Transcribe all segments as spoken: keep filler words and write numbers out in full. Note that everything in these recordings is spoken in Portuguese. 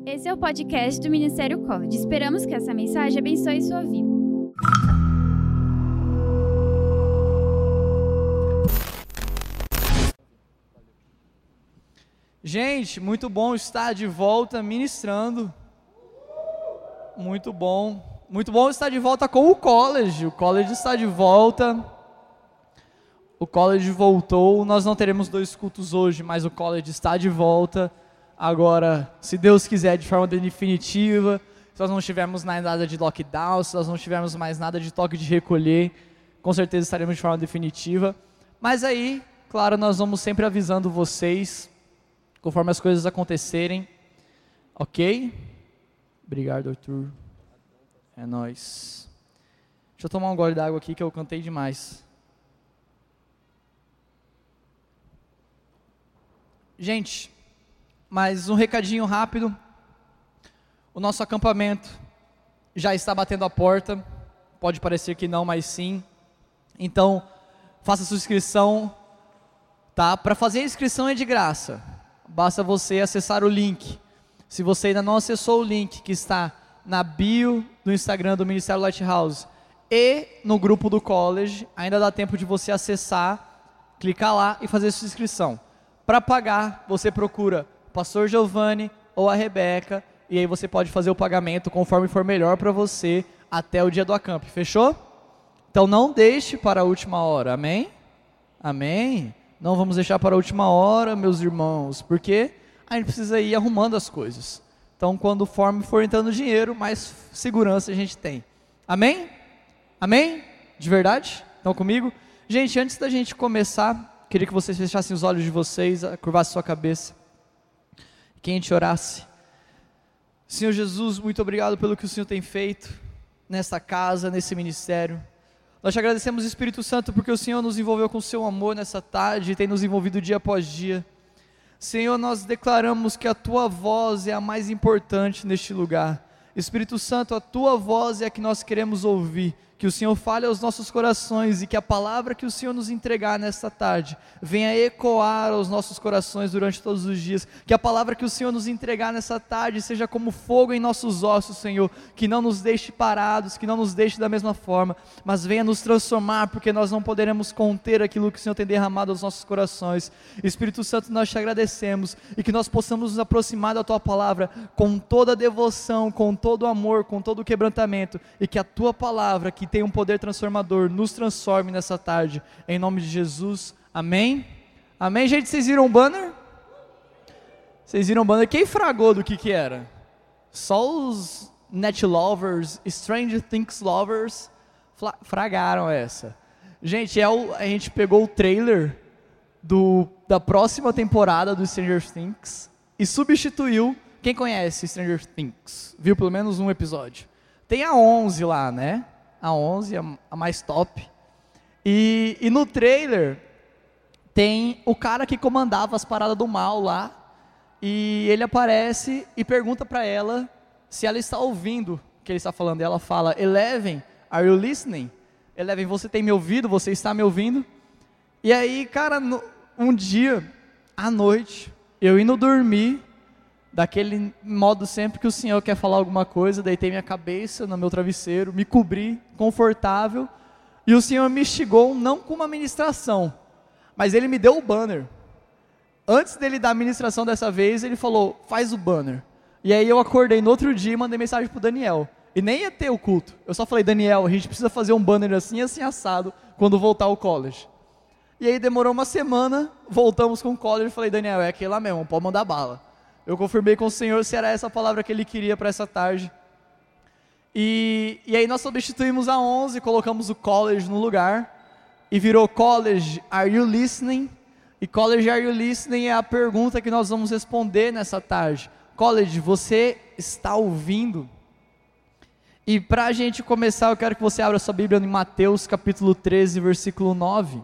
Esse é o podcast do Ministério College. Esperamos que essa mensagem abençoe sua vida. Gente, muito bom estar de volta ministrando. Muito bom. Muito bom estar de volta com o college. O college está de volta. O college voltou. Nós não teremos dois cultos hoje, mas o college está de volta. Agora, se Deus quiser, de forma definitiva, se nós não tivermos nada de lockdown, se nós não tivermos mais nada de toque de recolher, com certeza estaremos de forma definitiva. Mas aí, claro, nós vamos sempre avisando vocês, conforme as coisas acontecerem. Ok? Obrigado, Arthur. É nóis. Deixa eu tomar um gole d'água aqui que eu cantei demais. Gente, mas um recadinho rápido. O nosso acampamento já está batendo a porta. Pode parecer que não, mas sim. Então, faça sua inscrição, tá? Para fazer a inscrição é de graça. Basta você acessar o link. Se você ainda não acessou o link que está na bio do Instagram do Ministério Lighthouse e no grupo do college, ainda dá tempo de você acessar, clicar lá e fazer sua inscrição. Para pagar, você procura o pastor Giovanni ou a Rebeca, e aí você pode fazer o pagamento conforme for melhor para você até o dia do acamp, fechou? Então não deixe para a última hora, amém? Amém? Não vamos deixar para a última hora, meus irmãos, porque a gente precisa ir arrumando as coisas. Então quando forma for entrando dinheiro, mais segurança a gente tem. Amém? Amém? De verdade? Estão comigo? Gente, antes da gente começar, queria que vocês fechassem os olhos de vocês, curvassem sua cabeça, que a gente orasse. Senhor Jesus, muito obrigado pelo que o Senhor tem feito nesta casa, nesse ministério. Nós te agradecemos, Espírito Santo, porque o Senhor nos envolveu com o seu amor nessa tarde e tem nos envolvido dia após dia. Senhor, nós declaramos que a tua voz é a mais importante neste lugar. Espírito Santo, a tua voz é a que nós queremos ouvir. Que o Senhor fale aos nossos corações e que a palavra que o Senhor nos entregar nesta tarde venha ecoar aos nossos corações durante todos os dias. Que a palavra que o Senhor nos entregar nessa tarde seja como fogo em nossos ossos, Senhor. Que não nos deixe parados, que não nos deixe da mesma forma, mas venha nos transformar, porque nós não poderemos conter aquilo que o Senhor tem derramado aos nossos corações. Espírito Santo, nós te agradecemos e que nós possamos nos aproximar da tua palavra com toda a devoção, com todo o amor, com todo o quebrantamento, e que a tua palavra, que tem um poder transformador, nos transforme nessa tarde, em nome de Jesus, amém? Amém, gente? Vocês viram o banner? Vocês viram o banner? Quem fragou do que que era? Só os net lovers, Stranger Things lovers fragaram essa. Gente, é o, a gente pegou o trailer do, da próxima temporada do Stranger Things e substituiu. Quem conhece Stranger Things? Viu pelo menos um episódio? Tem a onze lá, né? A onze, a, a mais top. E, e no trailer tem o cara que comandava as paradas do mal lá. E ele aparece e pergunta para ela se ela está ouvindo o que ele está falando. E ela fala: Eleven, are you listening? Eleven, você tem me ouvido? Você está me ouvindo? E aí, cara, no, um dia, à noite, eu indo dormir, daquele modo sempre que o Senhor quer falar alguma coisa, deitei minha cabeça no meu travesseiro, me cobri, confortável, e o Senhor me instigou, não com uma ministração, mas Ele me deu o banner. Antes dele dar a ministração dessa vez, Ele falou: faz o banner. E aí eu acordei no outro dia e mandei mensagem para o Daniel, e nem ia ter o culto, eu só falei: Daniel, a gente precisa fazer um banner assim, assim assado, quando voltar ao college. E aí demorou uma semana, voltamos com o college, e falei: Daniel, é aquele lá mesmo, pode mandar bala. Eu confirmei com o Senhor se era essa a palavra que Ele queria para essa tarde. E, e aí nós substituímos a onze, colocamos o college no lugar, e virou College, are you listening? E College, are you listening é a pergunta que nós vamos responder nessa tarde. College, você está ouvindo? E para a gente começar, eu quero que você abra sua Bíblia em Mateus capítulo treze, versículo nove.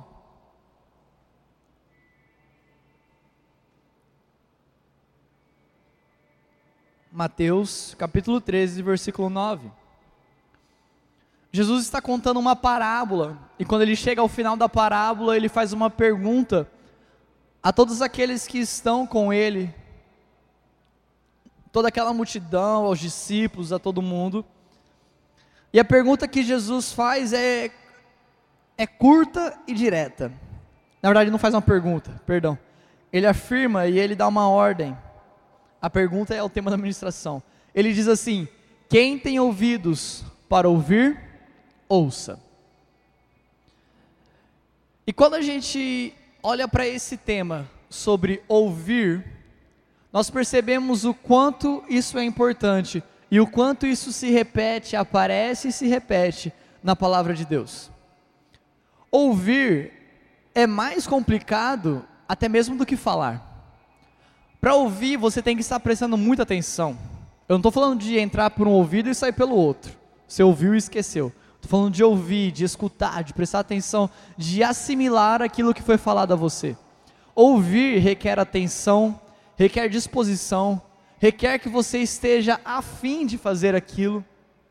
Mateus, capítulo treze, versículo nove. Jesus está contando uma parábola, e quando ele chega ao final da parábola, ele faz uma pergunta a todos aqueles que estão com ele, toda aquela multidão, aos discípulos, a todo mundo. E a pergunta que Jesus faz é, é curta e direta. Na verdade, não faz uma pergunta, perdão. Ele afirma e ele dá uma ordem. A pergunta é o tema da ministração. Ele diz assim: quem tem ouvidos para ouvir, ouça. E quando a gente olha para esse tema sobre ouvir, nós percebemos o quanto isso é importante e o quanto isso se repete, aparece e se repete na palavra de Deus. Ouvir é mais complicado até mesmo do que falar. Para ouvir, você tem que estar prestando muita atenção. Eu não estou falando de entrar por um ouvido e sair pelo outro. Você ouviu e esqueceu. Estou falando de ouvir, de escutar, de prestar atenção, de assimilar aquilo que foi falado a você. Ouvir requer atenção, requer disposição, requer que você esteja a fim de fazer aquilo,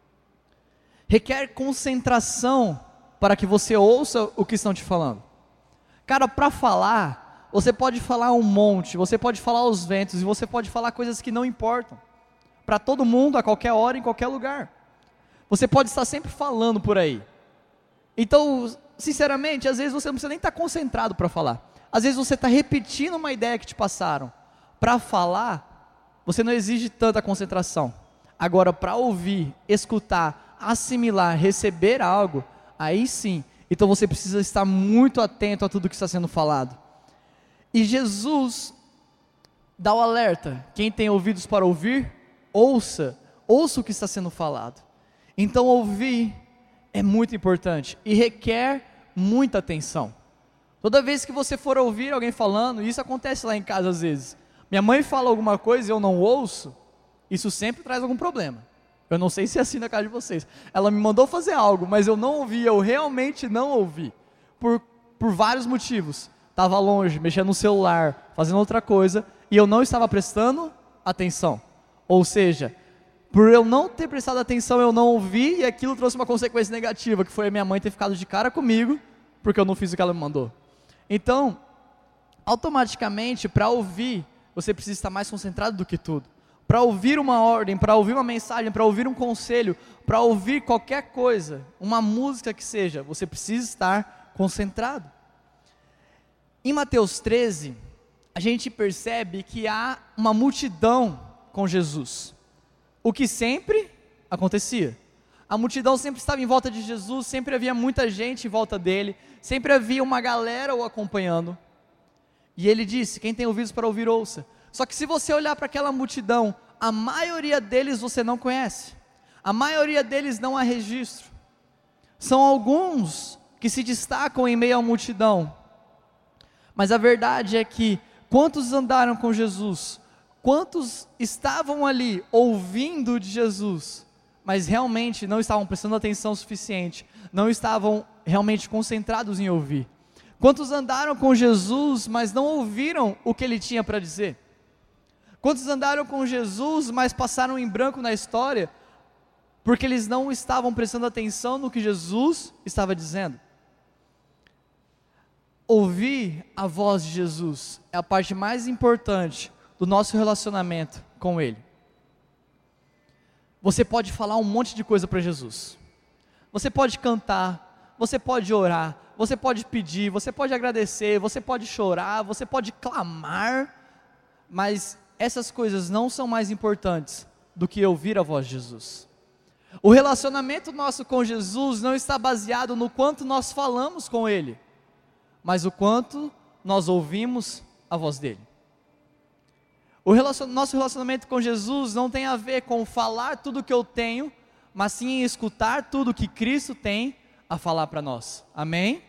requer concentração para que você ouça o que estão te falando. Cara, para falar, você pode falar um monte, você pode falar aos ventos, e você pode falar coisas que não importam, para todo mundo, a qualquer hora, em qualquer lugar. Você pode estar sempre falando por aí. Então, sinceramente, às vezes você não precisa nem estar concentrado para falar. Às vezes você está repetindo uma ideia que te passaram. Para falar, você não exige tanta concentração. Agora, para ouvir, escutar, assimilar, receber algo, aí sim, então você precisa estar muito atento a tudo que está sendo falado. E Jesus dá o alerta: quem tem ouvidos para ouvir, ouça, ouça o que está sendo falado. Então ouvir é muito importante e requer muita atenção. Toda vez que você for ouvir alguém falando, e isso acontece lá em casa às vezes, minha mãe fala alguma coisa e eu não ouço, isso sempre traz algum problema. Eu não sei se é assim na casa de vocês. Ela me mandou fazer algo, mas eu não ouvi, eu realmente não ouvi, por, por vários motivos. Estava longe, mexendo no celular, fazendo outra coisa, e eu não estava prestando atenção. Ou seja, por eu não ter prestado atenção, eu não ouvi, e aquilo trouxe uma consequência negativa, que foi a minha mãe ter ficado de cara comigo, porque eu não fiz o que ela me mandou. Então, automaticamente, para ouvir, você precisa estar mais concentrado do que tudo. Para ouvir uma ordem, para ouvir uma mensagem, para ouvir um conselho, para ouvir qualquer coisa, uma música que seja, você precisa estar concentrado. Em Mateus treze, a gente percebe que há uma multidão com Jesus, o que sempre acontecia. A multidão sempre estava em volta de Jesus, sempre havia muita gente em volta dele, sempre havia uma galera o acompanhando. E ele disse: quem tem ouvidos para ouvir, ouça. Só que se você olhar para aquela multidão, a maioria deles você não conhece, a maioria deles não há registro. São alguns que se destacam em meio à multidão, mas a verdade é que quantos andaram com Jesus, quantos estavam ali ouvindo de Jesus, mas realmente não estavam prestando atenção suficiente, não estavam realmente concentrados em ouvir. Quantos andaram com Jesus, mas não ouviram o que ele tinha para dizer? Quantos andaram com Jesus, mas passaram em branco na história, porque eles não estavam prestando atenção no que Jesus estava dizendo? Ouvir a voz de Jesus é a parte mais importante do nosso relacionamento com Ele. Você pode falar um monte de coisa para Jesus, você pode cantar, você pode orar, você pode pedir, você pode agradecer, você pode chorar, você pode clamar, mas essas coisas não são mais importantes do que ouvir a voz de Jesus. O relacionamento nosso com Jesus não está baseado no quanto nós falamos com Ele, mas o quanto nós ouvimos a voz dEle. O relacion... nosso relacionamento com Jesus não tem a ver com falar tudo o que eu tenho, mas sim em escutar tudo o que Cristo tem a falar para nós. Amém?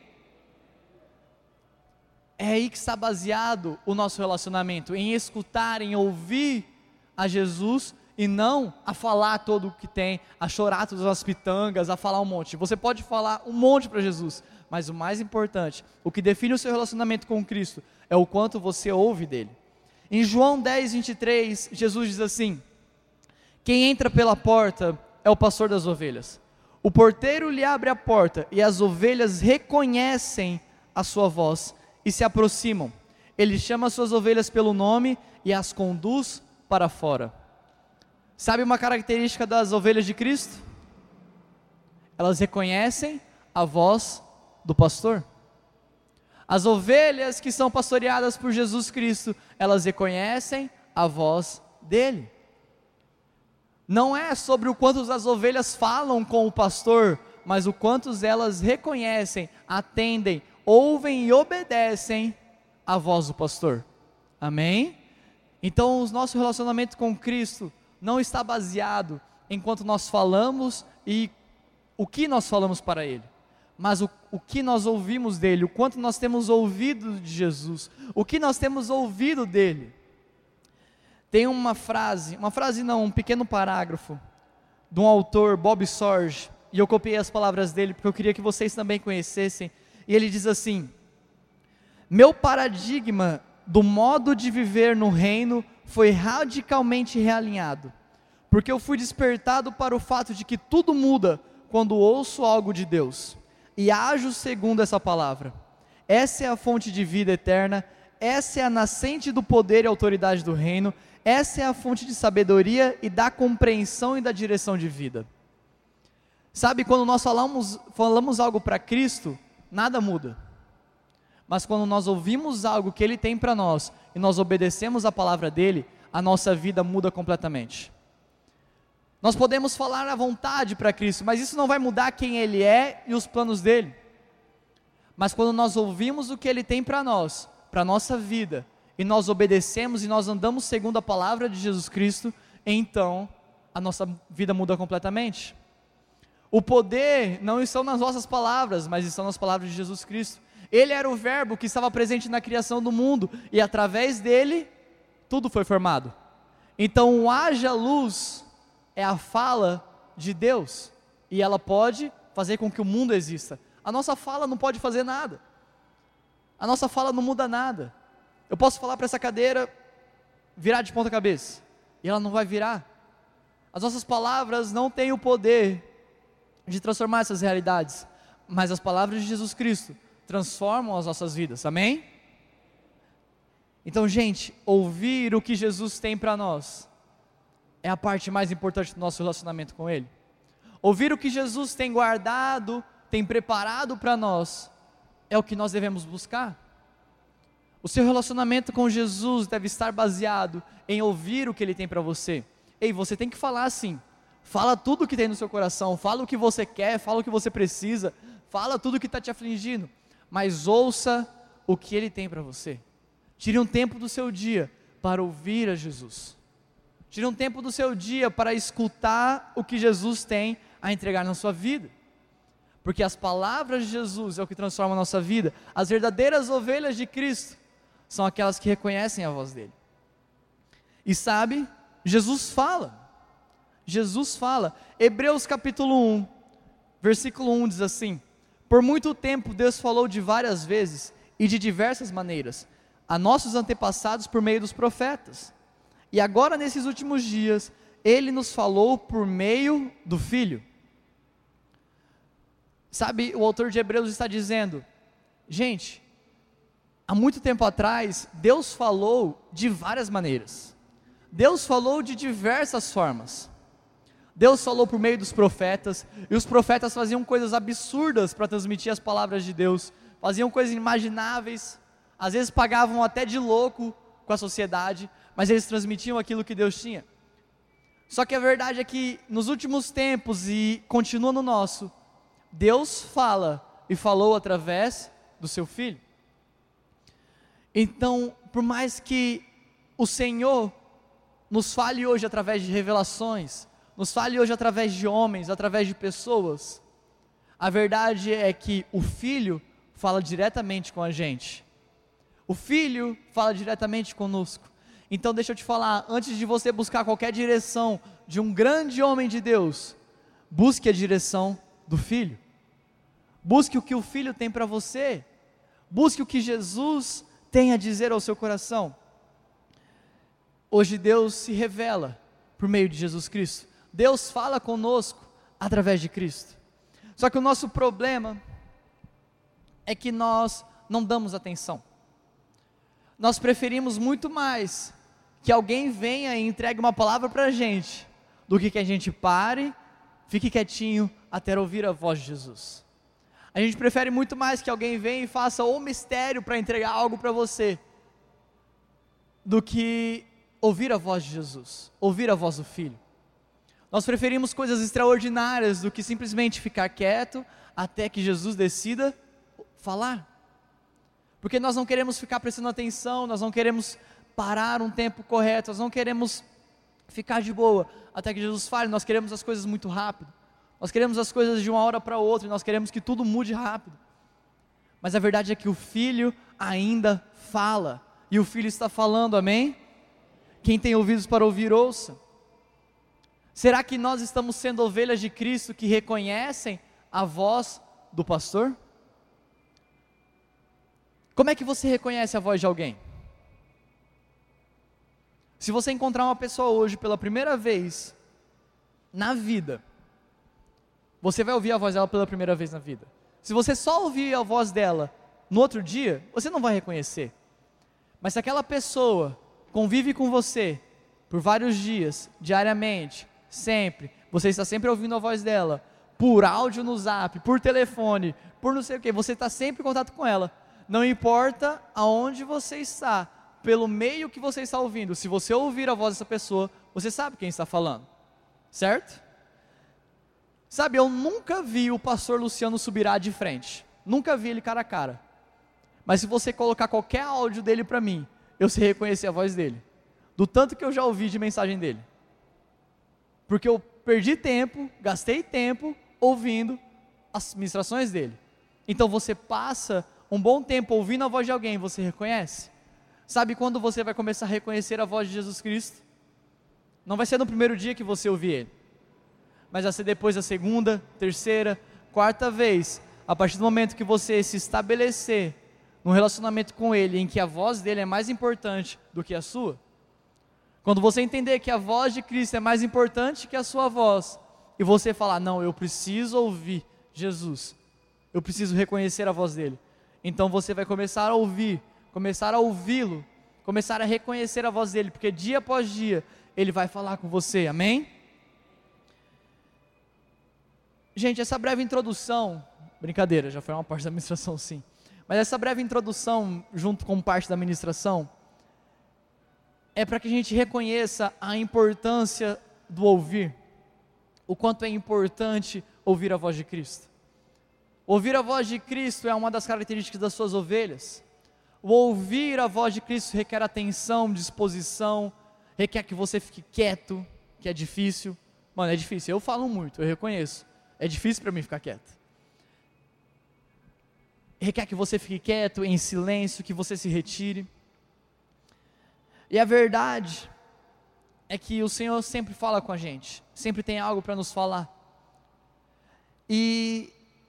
É aí que está baseado o nosso relacionamento, em escutar, em ouvir a Jesus, e não a falar todo o que tem, a chorar todas as pitangas, a falar um monte. Você pode falar um monte para Jesus, mas o mais importante, o que define o seu relacionamento com Cristo, é o quanto você ouve dele. Em João dez, vinte e três, Jesus diz assim: quem entra pela porta é o pastor das ovelhas. O porteiro lhe abre a porta, e as ovelhas reconhecem a sua voz, e se aproximam. Ele chama as suas ovelhas pelo nome, e as conduz para fora. Sabe uma característica das ovelhas de Cristo? Elas reconhecem a voz do pastor. As ovelhas que são pastoreadas por Jesus Cristo, elas reconhecem a voz dele. Não é sobre o quanto as ovelhas falam com o pastor, mas o quanto elas reconhecem, atendem, ouvem e obedecem a voz do pastor. Amém? Então o nosso relacionamento com Cristo não está baseado em quanto nós falamos e o que nós falamos para Ele, mas o, o que nós ouvimos dEle, o quanto nós temos ouvido de Jesus, o que nós temos ouvido dEle. Tem uma frase, uma frase não, um pequeno parágrafo, de um autor, Bob Sorge, e eu copiei as palavras dele, porque eu queria que vocês também conhecessem, e ele diz assim: meu paradigma do modo de viver no reino foi radicalmente realinhado, porque eu fui despertado para o fato de que tudo muda quando ouço algo de Deus, e ajo segundo essa palavra. Essa é a fonte de vida eterna, essa é a nascente do poder e autoridade do reino, essa é a fonte de sabedoria e da compreensão e da direção de vida. Sabe, quando nós falamos, falamos algo para Cristo, nada muda. Mas quando nós ouvimos algo que Ele tem para nós, e nós obedecemos a palavra dEle, a nossa vida muda completamente. Nós podemos falar à vontade para Cristo, mas isso não vai mudar quem Ele é e os planos dEle. Mas quando nós ouvimos o que Ele tem para nós, para a nossa vida, e nós obedecemos e nós andamos segundo a palavra de Jesus Cristo, então a nossa vida muda completamente. O poder não está nas nossas palavras, mas está nas palavras de Jesus Cristo. Ele era o verbo que estava presente na criação do mundo, e através dele, tudo foi formado. Então o haja luz é a fala de Deus, e ela pode fazer com que o mundo exista. A nossa fala não pode fazer nada, a nossa fala não muda nada. Eu posso falar para essa cadeira virar de ponta cabeça, e ela não vai virar. As nossas palavras não têm o poder de transformar essas realidades, mas as palavras de Jesus Cristo transformam as nossas vidas, amém? Então, gente, ouvir o que Jesus tem para nós é a parte mais importante do nosso relacionamento com Ele. Ouvir o que Jesus tem guardado, tem preparado para nós, é o que nós devemos buscar. O seu relacionamento com Jesus deve estar baseado em ouvir o que Ele tem para você. Ei, você tem que falar assim, fala tudo o que tem no seu coração, fala o que você quer, fala o que você precisa, fala tudo o que está te afligindo, mas ouça o que Ele tem para você. Tire um tempo do seu dia para ouvir a Jesus. Tire um tempo do seu dia para escutar o que Jesus tem a entregar na sua vida. Porque as palavras de Jesus é o que transforma a nossa vida. As verdadeiras ovelhas de Cristo são aquelas que reconhecem a voz dEle. E sabe, Jesus fala. Jesus fala. Hebreus capítulo um, versículo um diz assim: por muito tempo Deus falou de várias vezes e de diversas maneiras a nossos antepassados por meio dos profetas, e agora nesses últimos dias Ele nos falou por meio do Filho. Sabe, o autor de Hebreus está dizendo, gente, há muito tempo atrás Deus falou de várias maneiras, Deus falou de diversas formas. Deus falou por meio dos profetas, e os profetas faziam coisas absurdas para transmitir as palavras de Deus, faziam coisas inimagináveis, às vezes pagavam até de louco com a sociedade, mas eles transmitiam aquilo que Deus tinha. Só que a verdade é que nos últimos tempos, e continua no nosso, Deus fala e falou através do seu Filho. Então, por mais que o Senhor nos fale hoje através de revelações, nos fale hoje através de homens, através de pessoas, a verdade é que o Filho fala diretamente com a gente. O Filho fala diretamente conosco. Então deixa eu te falar, antes de você buscar qualquer direção de um grande homem de Deus, busque a direção do Filho. Busque o que o Filho tem para você. Busque o que Jesus tem a dizer ao seu coração. Hoje Deus se revela por meio de Jesus Cristo. Deus fala conosco através de Cristo. Só que o nosso problema é que nós não damos atenção. Nós preferimos muito mais que alguém venha e entregue uma palavra para a gente, do que que a gente pare, fique quietinho até ouvir a voz de Jesus. A gente prefere muito mais que alguém venha e faça o mistério para entregar algo para você, do que ouvir a voz de Jesus, ouvir a voz do Filho. Nós preferimos coisas extraordinárias do que simplesmente ficar quieto até que Jesus decida falar. Porque nós não queremos ficar prestando atenção, nós não queremos parar um tempo correto, nós não queremos ficar de boa até que Jesus fale, nós queremos as coisas muito rápido. Nós queremos as coisas de uma hora para outra, nós queremos que tudo mude rápido. Mas a verdade é que o Filho ainda fala, e o Filho está falando, amém? Quem tem ouvidos para ouvir, ouça. Será que nós estamos sendo ovelhas de Cristo que reconhecem a voz do pastor? Como é que você reconhece a voz de alguém? Se você encontrar uma pessoa hoje pela primeira vez na vida, você vai ouvir a voz dela pela primeira vez na vida. Se você só ouvir a voz dela no outro dia, você não vai reconhecer. Mas se aquela pessoa convive com você por vários dias, diariamente, sempre, você está sempre ouvindo a voz dela, por áudio no zap, por telefone, por não sei o que, você está sempre em contato com ela. Não importa aonde você está, pelo meio que você está ouvindo, se você ouvir a voz dessa pessoa, você sabe quem está falando, certo? Sabe, eu nunca vi o pastor Luciano Subirá de frente, nunca vi ele cara a cara, mas se você colocar qualquer áudio dele para mim, eu sei reconhecer a voz dele, do tanto que eu já ouvi de mensagem dele, porque eu perdi tempo, gastei tempo ouvindo as ministrações dele. Então você passa um bom tempo ouvindo a voz de alguém, você reconhece? Sabe quando você vai começar a reconhecer a voz de Jesus Cristo? Não vai ser no primeiro dia que você ouvir ele, mas vai ser depois da segunda, terceira, quarta vez, a partir do momento que você se estabelecer num relacionamento com ele, em que a voz dele é mais importante do que a sua. Quando você entender que a voz de Cristo é mais importante que a sua voz, e você falar, não, eu preciso ouvir Jesus, eu preciso reconhecer a voz dele, então você vai começar a ouvir, começar a ouvi-lo, começar a reconhecer a voz dele, porque dia após dia, ele vai falar com você, amém? Gente, essa breve introdução, brincadeira, já foi uma parte da ministração sim, mas essa breve introdução, junto com parte da ministração, é para que a gente reconheça a importância do ouvir, o quanto é importante ouvir a voz de Cristo. Ouvir a voz de Cristo é uma das características das suas ovelhas. O ouvir a voz de Cristo requer atenção, disposição, requer que você fique quieto, que é difícil. Mano, é difícil, eu falo muito, eu reconheço, é difícil para mim ficar quieto. Requer que você fique quieto, em silêncio, que você se retire. E a verdade é que o Senhor sempre fala com a gente, sempre tem algo para nos falar. E,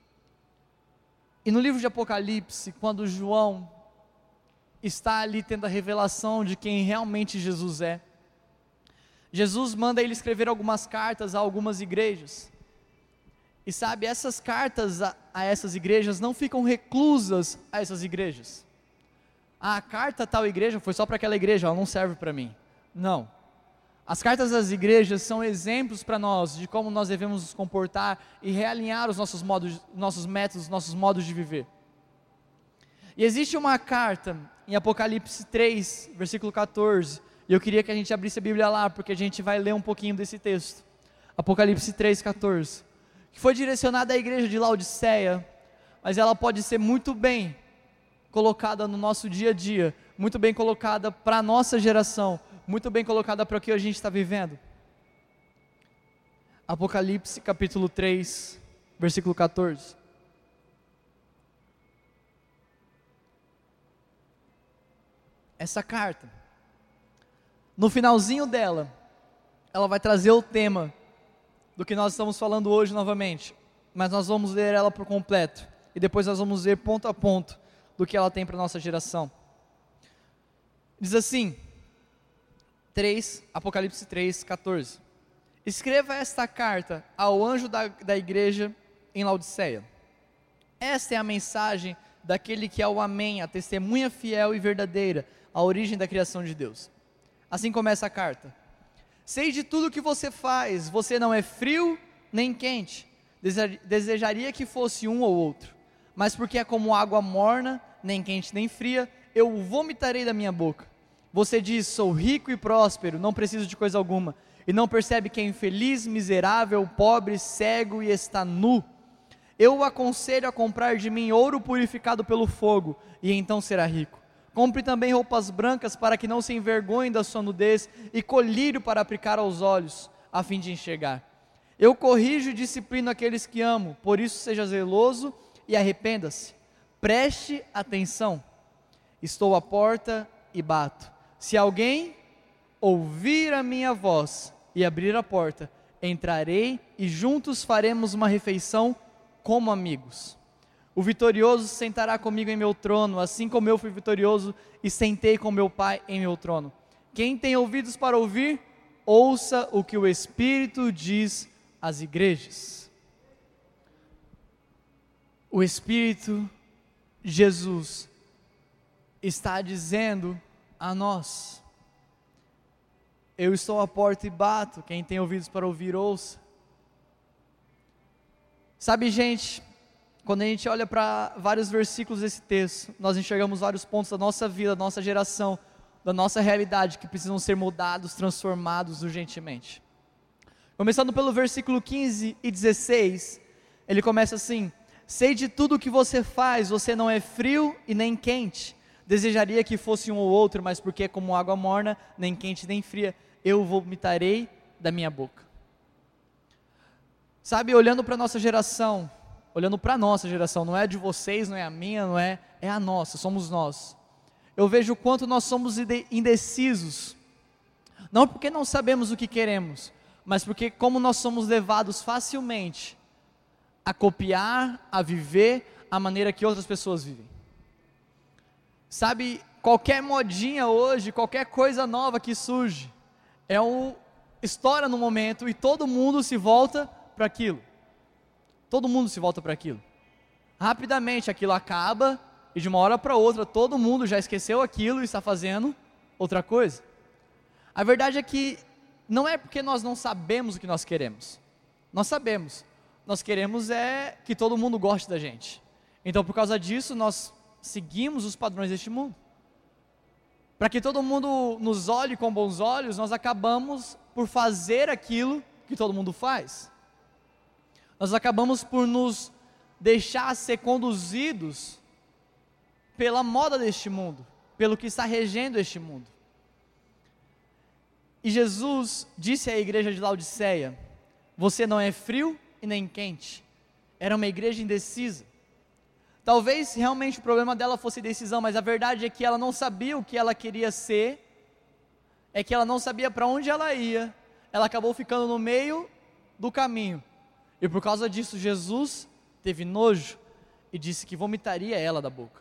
e no livro de Apocalipse, quando João está ali tendo a revelação de quem realmente Jesus é, Jesus manda ele escrever algumas cartas a algumas igrejas. E sabe, essas cartas a, a essas igrejas não ficam reclusas a essas igrejas. Ah, a carta a tal igreja foi só para aquela igreja, ela não serve para mim. Não. As cartas das igrejas são exemplos para nós de como nós devemos nos comportar e realinhar os nossos modos, nossos métodos, nossos modos de viver. E existe uma carta em Apocalipse três, versículo catorze, e eu queria que a gente abrisse a Bíblia lá, porque a gente vai ler um pouquinho desse texto. Apocalipse três, catorze, que foi direcionada à igreja de Laodiceia, mas ela pode ser muito bem colocada no nosso dia a dia, muito bem colocada para a nossa geração, muito bem colocada para o que a gente está vivendo. Apocalipse capítulo três, versículo catorze. Essa carta, no finalzinho dela, ela vai trazer o tema do que nós estamos falando hoje novamente, mas nós vamos ler ela por completo, e depois nós vamos ver ponto a ponto do que ela tem para a nossa geração. Diz assim, três, Apocalipse três, catorze. Escreva esta carta ao anjo da, da igreja em Laodiceia. Esta é a mensagem daquele que é o Amém, a testemunha fiel e verdadeira, a origem da criação de Deus. Assim começa a carta. Sei de tudo que você faz, você não é frio nem quente. Desejaria que fosse um ou outro, mas porque é como água morna, nem quente nem fria, eu o vomitarei da minha boca. Você diz, sou rico e próspero, não preciso de coisa alguma, e não percebe que é infeliz, miserável, pobre, cego e está nu. Eu o aconselho a comprar de mim ouro purificado pelo fogo, e então será rico. Compre também roupas brancas para que não se envergonhe da sua nudez, e colírio para aplicar aos olhos, a fim de enxergar. Eu corrijo e disciplino aqueles que amo, por isso seja zeloso e arrependa-se. Preste atenção, estou à porta e bato. Se alguém ouvir a minha voz e abrir a porta, entrarei e juntos faremos uma refeição como amigos. O vitorioso sentará comigo em meu trono, assim como eu fui vitorioso e sentei com meu Pai em meu trono. Quem tem ouvidos para ouvir, ouça o que o Espírito diz às igrejas. O Espírito Jesus está dizendo a nós: eu estou à porta e bato, quem tem ouvidos para ouvir, ouça. Sabe, gente, quando a gente olha para vários versículos desse texto, nós enxergamos vários pontos da nossa vida, da nossa geração, da nossa realidade, que precisam ser mudados, transformados urgentemente. Começando pelo versículo quinze e dezesseis, ele começa assim: sei de tudo o que você faz, você não é frio e nem quente. Desejaria que fosse um ou outro, mas porque é como água morna, nem quente nem fria, eu vomitarei da minha boca. Sabe, olhando para a nossa geração, olhando para a nossa geração, não é a de vocês, não é a minha, não é, é a nossa, somos nós. Eu vejo o quanto nós somos indecisos, não porque não sabemos o que queremos, mas porque como nós somos levados facilmente a copiar, a viver a maneira que outras pessoas vivem. Sabe, qualquer modinha hoje, qualquer coisa nova que surge, é um, estoura no momento e todo mundo se volta para aquilo. Todo mundo se volta para aquilo. Rapidamente aquilo acaba e de uma hora para outra todo mundo já esqueceu aquilo e está fazendo outra coisa. A verdade é que não é porque nós não sabemos o que nós queremos. Nós sabemos. Nós queremos é que todo mundo goste da gente. Então por causa disso nós seguimos os padrões deste mundo. Para que todo mundo nos olhe com bons olhos, nós acabamos por fazer aquilo que todo mundo faz. Nós acabamos por nos deixar ser conduzidos pela moda deste mundo, pelo que está regendo este mundo. E Jesus disse à igreja de Laodiceia: você não é frio e nem quente. Era uma igreja indecisa. Talvez realmente o problema dela fosse decisão, mas a verdade é que ela não sabia o que ela queria ser, é que ela não sabia para onde ela ia, ela acabou ficando no meio do caminho, e por causa disso Jesus teve nojo e disse que vomitaria ela da boca.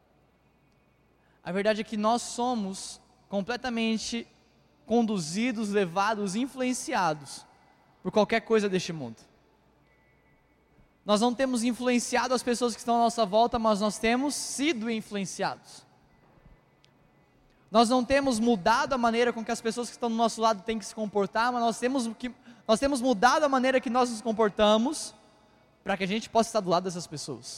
A verdade é que nós somos completamente conduzidos, levados, influenciados por qualquer coisa deste mundo. Nós não temos influenciado as pessoas que estão à nossa volta, mas nós temos sido influenciados. Nós não temos mudado a maneira com que as pessoas que estão do nosso lado têm que se comportar, mas nós temos, que, nós temos mudado a maneira que nós nos comportamos para que a gente possa estar do lado dessas pessoas.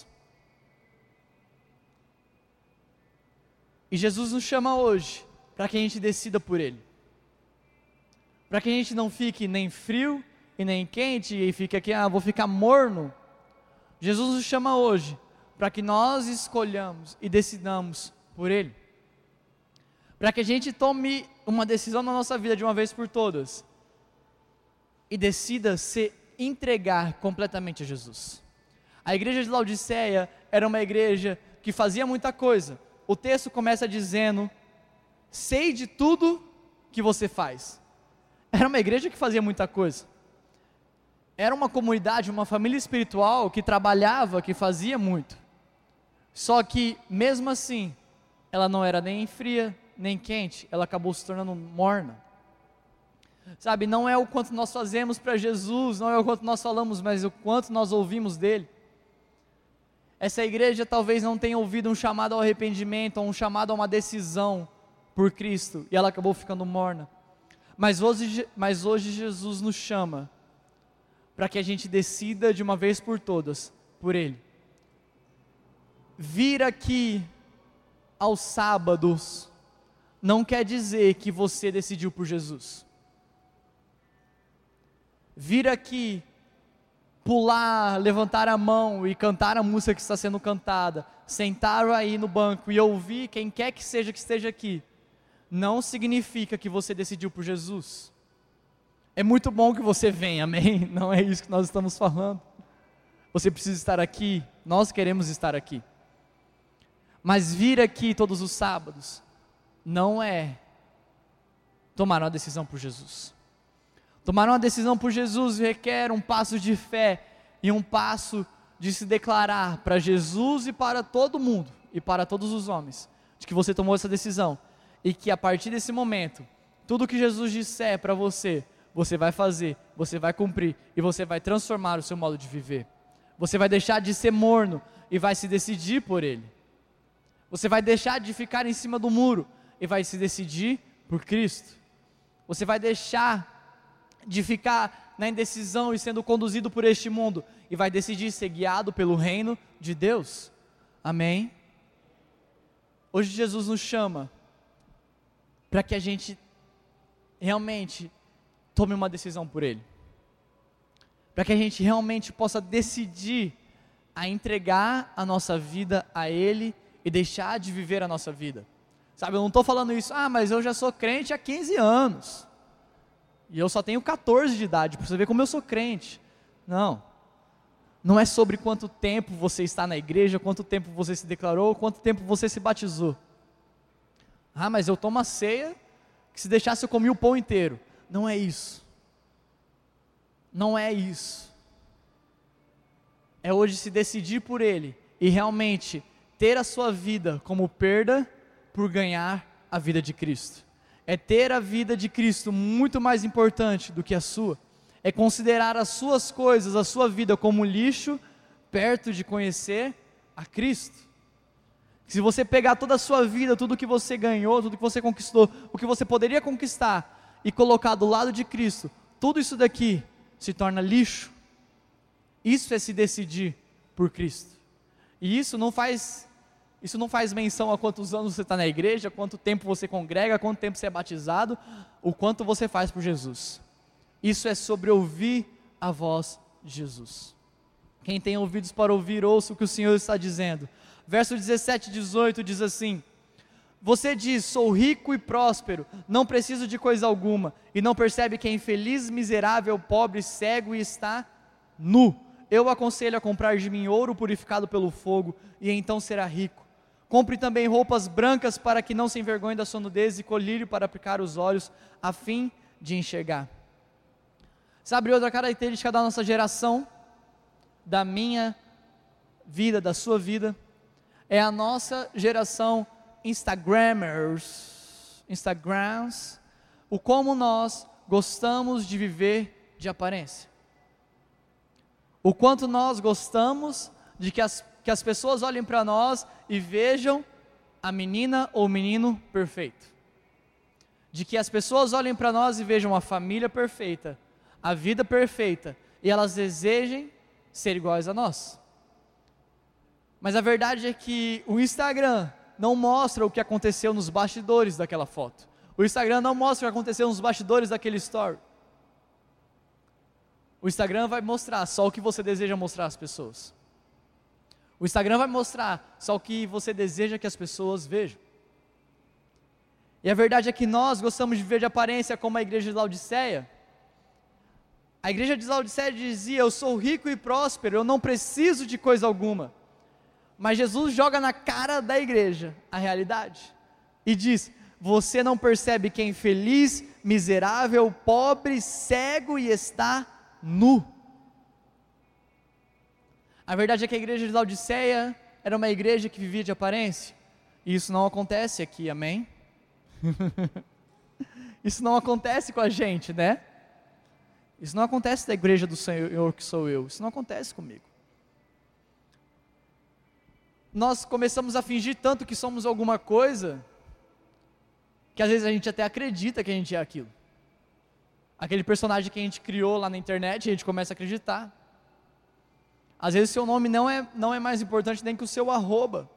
E Jesus nos chama hoje para que a gente decida por Ele. Para que a gente não fique nem frio e nem quente e fique aqui, ah, vou ficar morno. Jesus nos chama hoje para que nós escolhamos e decidamos por Ele. Para que a gente tome uma decisão na nossa vida de uma vez por todas e decida se entregar completamente a Jesus. A igreja de Laodiceia era uma igreja que fazia muita coisa. O texto começa dizendo: sei de tudo que você faz. Era uma igreja que fazia muita coisa. Era uma comunidade, uma família espiritual que trabalhava, que fazia muito. Só que, mesmo assim, ela não era nem fria, nem quente, ela acabou se tornando morna. Sabe, não é o quanto nós fazemos para Jesus, não é o quanto nós falamos, mas o quanto nós ouvimos dele. Essa igreja talvez não tenha ouvido um chamado ao arrependimento, ou um chamado a uma decisão por Cristo, e ela acabou ficando morna. Mas hoje, mas hoje Jesus nos chama para que a gente decida de uma vez por todas, por Ele. Vir aqui aos sábados não quer dizer que você decidiu por Jesus. Vir aqui, pular, levantar a mão e cantar a música que está sendo cantada, sentar aí no banco e ouvir quem quer que seja que esteja aqui, não significa que você decidiu por Jesus. É muito bom que você venha, amém? Não é isso que nós estamos falando. Você precisa estar aqui, nós queremos estar aqui. Mas vir aqui todos os sábados não é tomar uma decisão por Jesus. Tomar uma decisão por Jesus requer um passo de fé e um passo de se declarar para Jesus e para todo mundo e para todos os homens, de que você tomou essa decisão e que a partir desse momento, tudo que Jesus disser para você, você vai fazer, você vai cumprir e você vai transformar o seu modo de viver. Você vai deixar de ser morno e vai se decidir por Ele. Você vai deixar de ficar em cima do muro e vai se decidir por Cristo. Você vai deixar de ficar na indecisão e sendo conduzido por este mundo e vai decidir ser guiado pelo reino de Deus. Amém? Hoje Jesus nos chama para que a gente realmente tome uma decisão por Ele. Para que a gente realmente possa decidir a entregar a nossa vida a Ele e deixar de viver a nossa vida. Sabe, eu não estou falando isso, ah, mas eu já sou crente há quinze anos. E eu só tenho catorze de idade, para você ver como eu sou crente. Não. Não é sobre quanto tempo você está na igreja, quanto tempo você se declarou, quanto tempo você se batizou. Ah, mas eu tomo a ceia, que se deixasse eu comia o pão inteiro. Não é isso. Não é isso. É hoje se decidir por Ele e realmente ter a sua vida como perda por ganhar a vida de Cristo. É ter a vida de Cristo muito mais importante do que a sua. É considerar as suas coisas, a sua vida como lixo, perto de conhecer a Cristo. Se você pegar toda a sua vida, tudo que você ganhou, tudo que você conquistou, o que você poderia conquistar, e colocar do lado de Cristo, tudo isso daqui se torna lixo. Isso é se decidir por Cristo. E isso não faz... Isso não faz menção a quantos anos você está na igreja, quanto tempo você congrega, quanto tempo você é batizado, o quanto você faz por Jesus. Isso é sobre ouvir a voz de Jesus. Quem tem ouvidos para ouvir, ouça o que o Senhor está dizendo. Verso dezessete e dezoito diz assim: você diz, sou rico e próspero, não preciso de coisa alguma, e não percebe que é infeliz, miserável, pobre, cego e está nu. Eu aconselho a comprar de mim ouro purificado pelo fogo, e então será rico. Compre também roupas brancas para que não se envergonhe da sua nudez e colírio para aplicar os olhos, a fim de enxergar. Sabe outra característica da nossa geração, da minha vida, da sua vida, é a nossa geração Instagrammers, Instagrams, o como nós gostamos de viver de aparência. O quanto nós gostamos de que as que as pessoas olhem para nós e vejam a menina ou o menino perfeito. De que as pessoas olhem para nós e vejam a família perfeita, a vida perfeita, e elas desejem ser iguais a nós. Mas a verdade é que o Instagram não mostra o que aconteceu nos bastidores daquela foto. O Instagram não mostra o que aconteceu nos bastidores daquele story. O Instagram vai mostrar só o que você deseja mostrar às pessoas. O Instagram vai mostrar só o que você deseja que as pessoas vejam. E a verdade é que nós gostamos de viver de aparência como a igreja de Laodiceia. A igreja de Laodiceia dizia, eu sou rico e próspero, eu não preciso de coisa alguma. Mas Jesus joga na cara da igreja a realidade. E diz, você não percebe que é infeliz, miserável, pobre, cego e está nu. A verdade é que a igreja de Laodiceia era uma igreja que vivia de aparência, e isso não acontece aqui, amém? Isso não acontece com a gente, né? Isso não acontece da igreja do Senhor que sou eu, isso não acontece comigo. Nós começamos a fingir tanto que somos alguma coisa, que às vezes a gente até acredita que a gente é aquilo. Aquele personagem que a gente criou lá na internet e a gente começa a acreditar. Às vezes seu nome não é, não é mais importante nem que o seu arroba.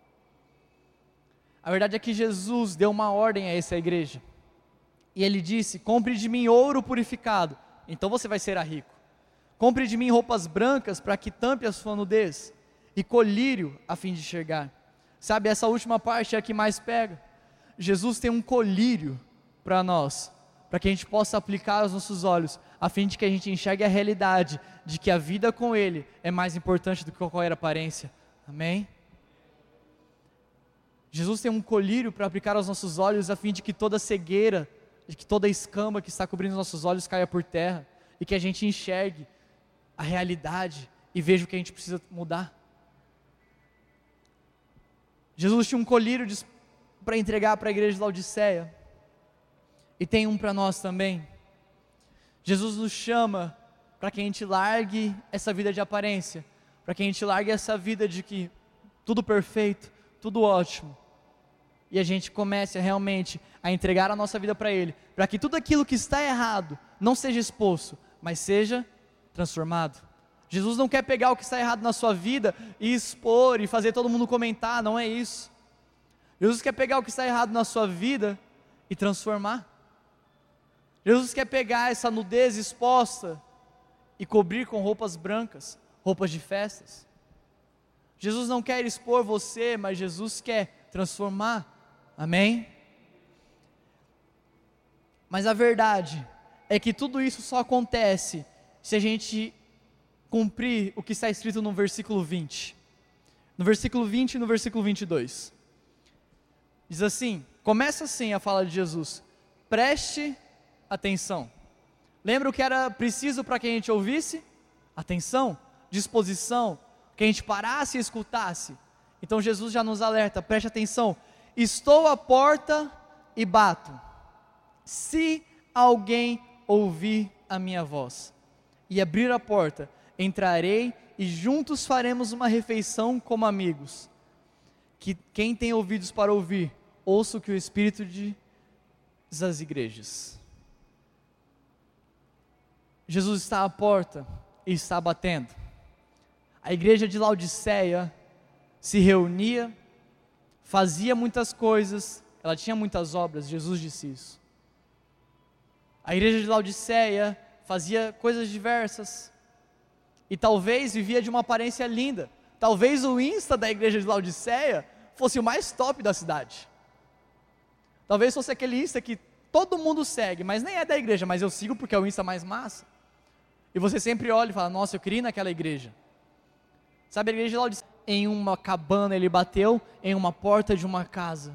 A verdade é que Jesus deu uma ordem a essa igreja. E ele disse: compre de mim ouro purificado, então você vai ser rico. Compre de mim roupas brancas para que tampe a sua nudez, e colírio a fim de enxergar. Sabe, essa última parte é a que mais pega. Jesus tem um colírio para nós, para que a gente possa aplicar aos nossos olhos, a fim de que a gente enxergue a realidade de que a vida com Ele é mais importante do que qualquer aparência. Amém? Jesus tem um colírio para aplicar aos nossos olhos, a fim de que toda cegueira, de que toda escama que está cobrindo os nossos olhos caia por terra, e que a gente enxergue a realidade e veja o que a gente precisa mudar. Jesus tinha um colírio para entregar para a igreja de Laodiceia, e tem um para nós também. Jesus nos chama para que a gente largue essa vida de aparência, para que a gente largue essa vida de que tudo perfeito, tudo ótimo, e a gente comece a, realmente a entregar a nossa vida para Ele, para que tudo aquilo que está errado não seja exposto, mas seja transformado. Jesus não quer pegar o que está errado na sua vida e expor e fazer todo mundo comentar, não é isso. Jesus quer pegar o que está errado na sua vida e transformar. Jesus quer pegar essa nudez exposta e cobrir com roupas brancas, roupas de festas. Jesus não quer expor você, mas Jesus quer transformar. Amém? Mas a verdade é que tudo isso só acontece se a gente cumprir o que está escrito no versículo vinte. No versículo vinte e no versículo vinte e dois. Diz assim, começa assim a fala de Jesus: preste atenção. Lembra o que era preciso para que a gente ouvisse? Atenção, disposição, que a gente parasse e escutasse. Então Jesus já nos alerta, preste atenção: estou à porta e bato. Se alguém ouvir a minha voz e abrir a porta, entrarei e juntos faremos uma refeição como amigos. Que quem tem ouvidos para ouvir, ouça o que o Espírito diz às igrejas. Jesus está à porta e está batendo. A igreja de Laodiceia se reunia, fazia muitas coisas, ela tinha muitas obras, Jesus disse isso. A igreja de Laodiceia fazia coisas diversas, e talvez vivia de uma aparência linda. Talvez o Insta da igreja de Laodiceia fosse o mais top da cidade. Talvez fosse aquele Insta que todo mundo segue, mas nem é da igreja, mas eu sigo porque é o Insta mais massa. E você sempre olha e fala: nossa, eu queria ir naquela igreja. Sabe, a igreja de Laodiceia, em uma cabana ele bateu, em uma porta de uma casa.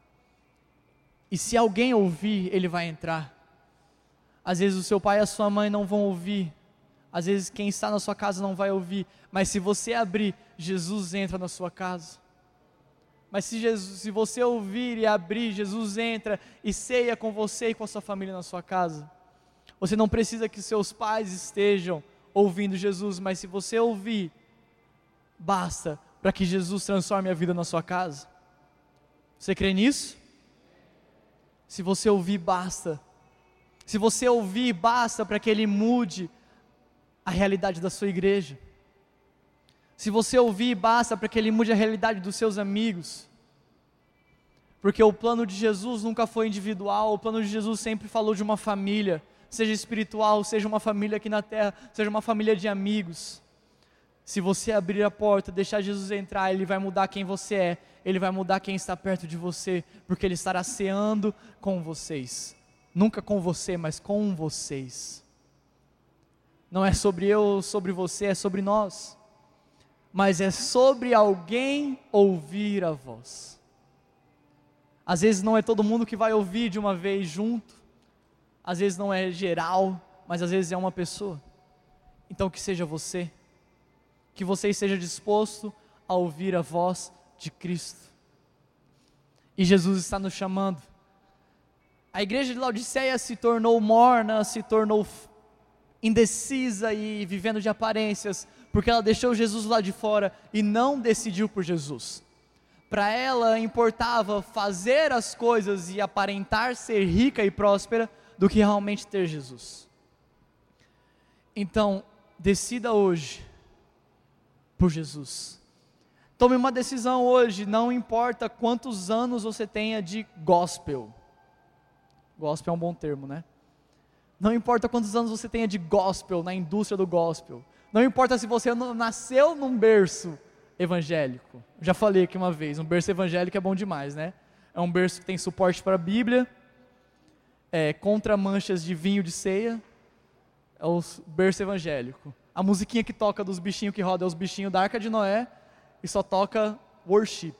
E se alguém ouvir, ele vai entrar. Às vezes o seu pai e a sua mãe não vão ouvir, às vezes quem está na sua casa não vai ouvir, mas se você abrir, Jesus entra na sua casa. Mas se, Jesus, se você ouvir e abrir, Jesus entra e ceia com você e com a sua família na sua casa. Você não precisa que seus pais estejam ouvindo Jesus, mas se você ouvir, basta para que Jesus transforme a vida na sua casa. Você crê nisso? Se você ouvir, basta. Se você ouvir, basta para que Ele mude a realidade da sua igreja. Se você ouvir, basta para que Ele mude a realidade dos seus amigos. Porque o plano de Jesus nunca foi individual, o plano de Jesus sempre falou de uma família, seja espiritual, seja uma família aqui na terra, seja uma família de amigos. Se você abrir a porta, deixar Jesus entrar, Ele vai mudar quem você é, Ele vai mudar quem está perto de você, porque Ele estará ceando com vocês. Nunca com você, mas com vocês. Não é sobre eu ou sobre você, é sobre nós. Mas é sobre alguém ouvir a voz. Às vezes não é todo mundo que vai ouvir de uma vez junto. Às vezes não é geral, mas às vezes é uma pessoa. Então que seja você. Que você esteja disposto a ouvir a voz de Cristo. E Jesus está nos chamando. A igreja de Laodiceia se tornou morna, se tornou indecisa e vivendo de aparências, porque ela deixou Jesus lá de fora e não decidiu por Jesus. Para ela importava fazer as coisas e aparentar ser rica e próspera, do que realmente ter Jesus. Então, decida hoje por Jesus. Tome uma decisão hoje, não importa quantos anos você tenha de gospel. Gospel é um bom termo, né? Não importa quantos anos você tenha de gospel, na indústria do gospel. Não importa se você nasceu num berço evangélico. Já falei aqui uma vez, um berço evangélico é bom demais, né? É um berço que tem suporte para a Bíblia, é, contra manchas de vinho de ceia, é o berço evangélico. A musiquinha que toca dos bichinhos que rodam é os bichinhos da Arca de Noé, e só toca worship.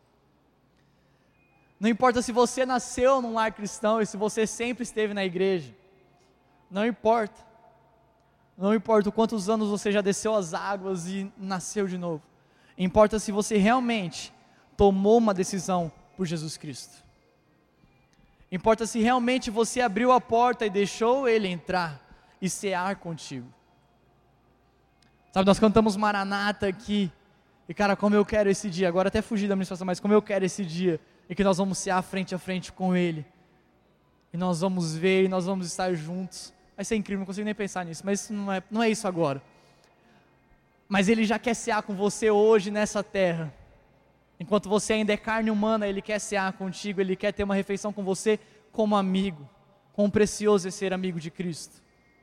Não importa se você nasceu num lar cristão e se você sempre esteve na igreja, não importa. Não importa quantos anos você já desceu as águas e nasceu de novo. Importa se você realmente tomou uma decisão por Jesus Cristo. Importa se realmente você abriu a porta e deixou Ele entrar e cear contigo. Sabe, nós cantamos Maranata aqui, e cara, como eu quero esse dia, agora até fugi da ministração, mas como eu quero esse dia, e que nós vamos cear frente a frente com Ele, e nós vamos ver, e nós vamos estar juntos. Vai ser incrível, não consigo nem pensar nisso, mas não é, não é isso agora. Mas Ele já quer cear com você hoje nessa terra. Enquanto você ainda é carne humana, Ele quer cear contigo, Ele quer ter uma refeição com você como amigo. Quão precioso é ser amigo de Cristo.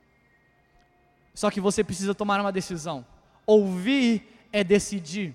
Só que você precisa tomar uma decisão. Ouvir é decidir.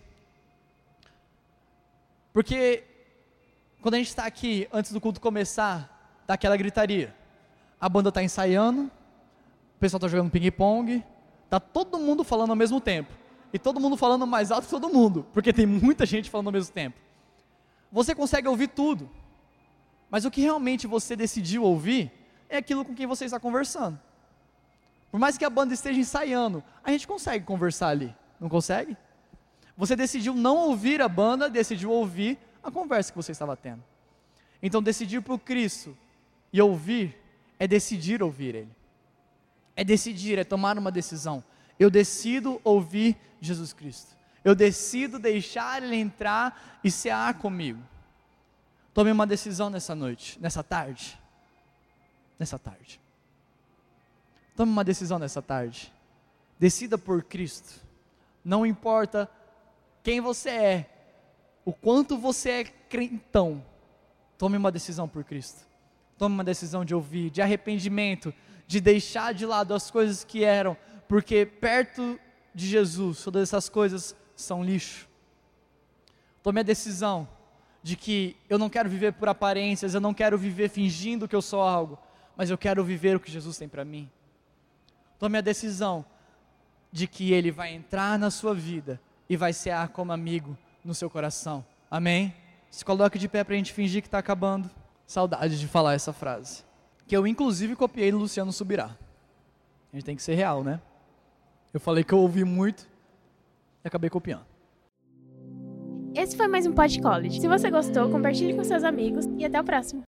Porque quando a gente está aqui, antes do culto começar, dá aquela gritaria. A banda está ensaiando, o pessoal está jogando ping-pong, está todo mundo falando ao mesmo tempo. E todo mundo falando mais alto que todo mundo, porque tem muita gente falando ao mesmo tempo. Você consegue ouvir tudo, mas o que realmente você decidiu ouvir é aquilo com quem você está conversando. Por mais que a banda esteja ensaiando, a gente consegue conversar ali, não consegue? Você decidiu não ouvir a banda, decidiu ouvir a conversa que você estava tendo. Então decidir por Cristo e ouvir é decidir ouvir Ele. É decidir, é tomar uma decisão. Eu decido ouvir Jesus Cristo. Eu decido deixar Ele entrar e cear comigo. Tome uma decisão nessa noite, nessa tarde. Nessa tarde. Tome uma decisão nessa tarde. Decida por Cristo. Não importa quem você é, o quanto você é crentão. Tome uma decisão por Cristo. Tome uma decisão de ouvir, de arrependimento, de deixar de lado as coisas que eram, porque perto de Jesus, todas essas coisas são lixo. Tome a decisão de que eu não quero viver por aparências, eu não quero viver fingindo que eu sou algo, mas eu quero viver o que Jesus tem para mim. Tome a decisão de que Ele vai entrar na sua vida e vai cear como amigo no seu coração. Amém? Se coloque de pé para a gente fingir que está acabando. Saudade de falar essa frase, que eu inclusive copiei do Luciano Subirá. A gente tem que ser real, né? Eu falei que eu ouvi muito e acabei copiando. Esse foi mais um Pod College. Se você gostou, compartilhe com seus amigos e até o próximo.